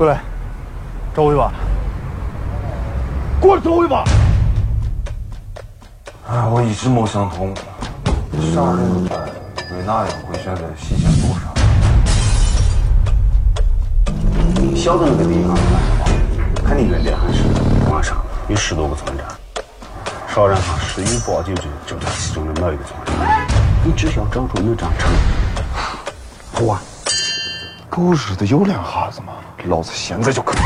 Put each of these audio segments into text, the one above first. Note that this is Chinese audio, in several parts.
过来，找一把，过来找一把。 哎，我一直没想通，杀人犯为哪样会选择洗钱路上？ 你晓得那个地方是哪吗？肯定远点还是网上有10多个村站，杀人犯10有8九就在其中的某一个村站。你只需要找出那张成好啊！ 狗日的有两下子吗？老子现在就可以。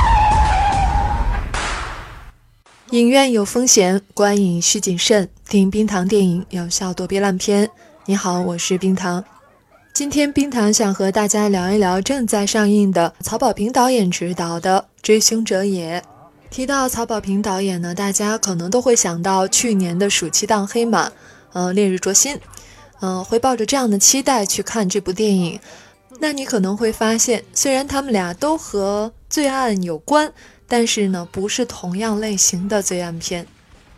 影院有风险，观影需谨慎，听冰糖电影有效躲避烂片。你好，我是冰糖。今天冰糖想和大家聊一聊正在上映的曹保平导演执导的《追凶者也》。提到曹保平导演呢，大家可能都会想到去年的暑期档黑马，烈日灼心，会抱着这样的期待去看这部电影。那你可能会发现，虽然他们俩都和罪案有关，但是呢，不是同样类型的罪案片。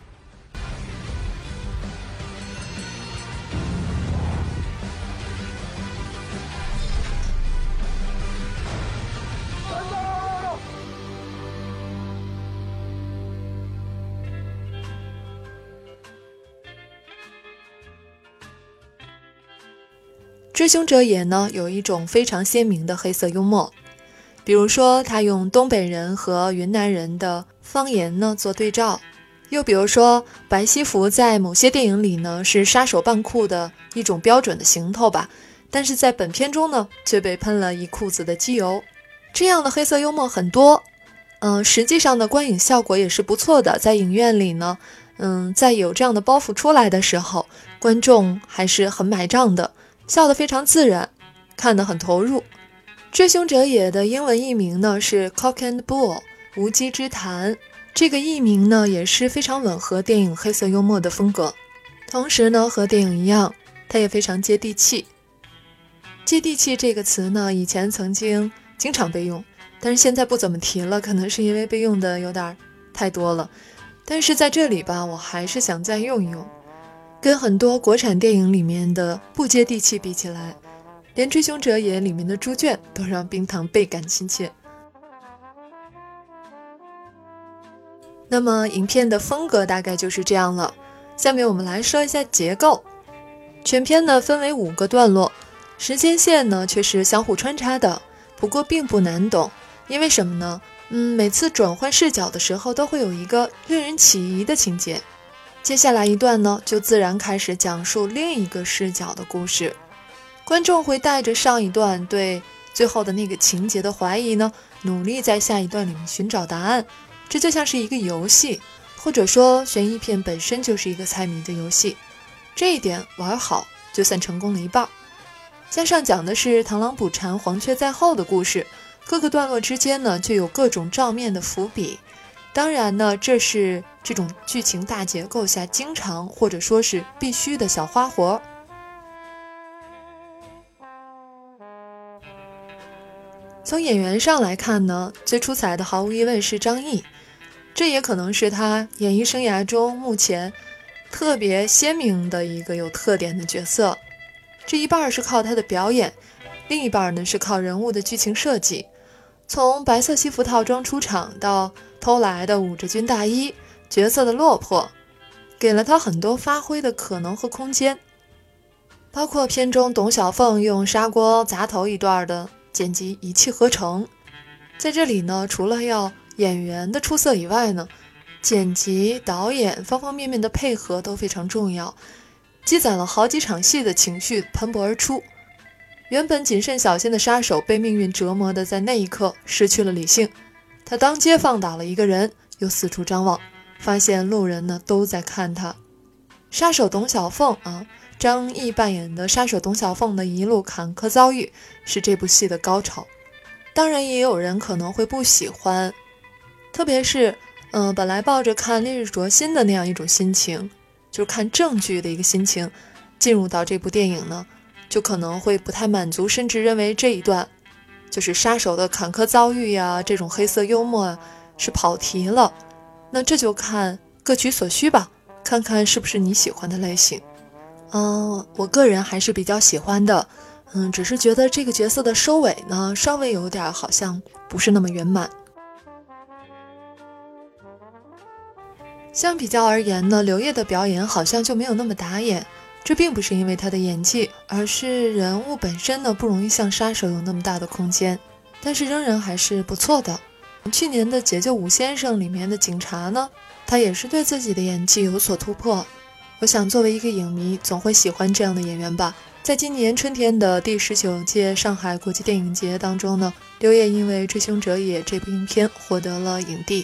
追凶者也呢，有一种非常鲜明的黑色幽默，比如说他用东北人和云南人的方言呢做对照，又比如说白西服在某些电影里呢是杀手扮酷的一种标准的行头吧，但是在本片中呢却被喷了一裤子的机油。这样的黑色幽默很多，实际上的观影效果也是不错的，在影院里呢，在有这样的包袱出来的时候，观众还是很买账的，笑得非常自然，看得很投入。追凶者也的英文译名呢是 Cock and Bull 无稽之谈，这个译名呢也是非常吻合电影黑色幽默的风格，同时呢和电影一样，它也非常接地气。接地气这个词呢以前曾经经常被用，但是现在不怎么提了，可能是因为被用的有点太多了，但是在这里吧，我还是想再用一用。跟很多国产电影里面的不接地气比起来，连追凶者也里面的猪圈都让冰糖倍感亲切。那么影片的风格大概就是这样了，下面我们来说一下结构。全片呢分为5个段落，时间线呢却是相互穿插的，不过并不难懂。因为什么呢？每次转换视角的时候都会有一个令人起疑的情节，接下来一段呢就自然开始讲述另一个视角的故事。观众会带着上一段对最后的那个情节的怀疑呢，努力在下一段里面寻找答案。这就像是一个游戏，或者说悬疑片本身就是一个猜谜的游戏，这一点玩好就算成功了一半。加上讲的是螳螂捕蝉黄雀在后的故事，各个段落之间呢就有各种照面的伏笔。当然呢，这是这种剧情大结构下经常或者说是必须的小花活。从演员上来看呢，最出彩的毫无疑问是张译，这也可能是他演艺生涯中目前特别鲜明的一个有特点的角色。这一半是靠他的表演，另一半呢是靠人物的剧情设计。从白色西服套装出场到偷来的捂着军大衣，角色的落魄，给了他很多发挥的可能和空间。包括片中董小凤用砂锅砸头一段的剪辑一气呵成，在这里呢，除了要演员的出色以外呢，剪辑、导演方方面面的配合都非常重要，积攒了好几场戏的情绪喷薄而出。原本谨慎小心的杀手被命运折磨的在那一刻失去了理性，他当街放倒了一个人，又四处张望，发现路人呢都在看他。杀手董小凤张译扮演的杀手董小凤的一路坎坷遭遇是这部戏的高潮。当然也有人可能会不喜欢，特别是本来抱着看烈日灼心的那样一种心情，就是看正剧的一个心情，进入到这部电影呢，就可能会不太满足，甚至认为这一段就是杀手的坎坷遭遇呀，这种黑色幽默是跑题了。那这就看各取所需吧，看看是不是你喜欢的类型。我个人还是比较喜欢的， 只是觉得这个角色的收尾呢，稍微有点好像不是那么圆满。相比较而言呢，刘烨的表演好像就没有那么打眼，这并不是因为他的演技，而是人物本身呢不容易像杀手有那么大的空间，但是仍然还是不错的。去年的《解救武先生》里面的警察呢，他也是对自己的演技有所突破。我想作为一个影迷，总会喜欢这样的演员吧。在今年春天的第19届上海国际电影节当中呢，刘烨因为《追凶者也》这部影片获得了影帝。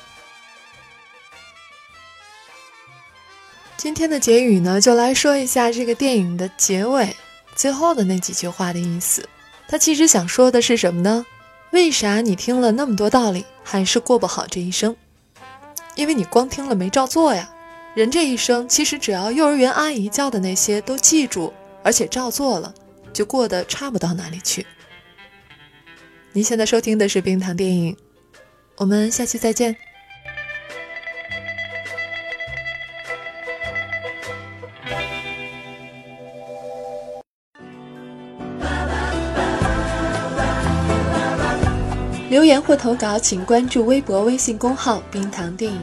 今天的结语呢，就来说一下这个电影的结尾最后的那几句话的意思。他其实想说的是什么呢？为啥你听了那么多道理还是过不好这一生？因为你光听了没照做呀。人这一生其实只要幼儿园阿姨教的那些都记住而且照做了，就过得差不到哪里去。您现在收听的是冰糖电影，我们下期再见。留言或投稿请关注微博微信公号冰糖电影。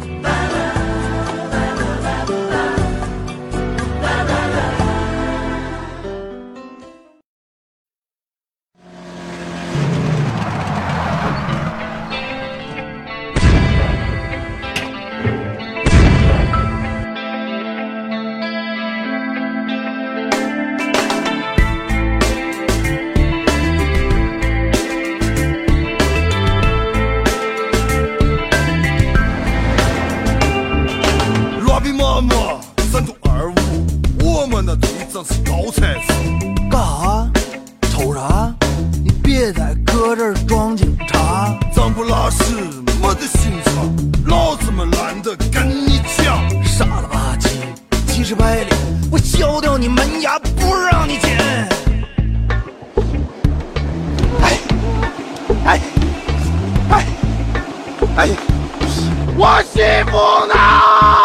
是高材生。干啥？瞅啥？你别再搁这儿装警察！脏不拉屎，没得心肠，老子们懒得跟你抢。傻了吧唧，气势败里，我削掉你门牙，不让你捡。哎，我媳妇呢？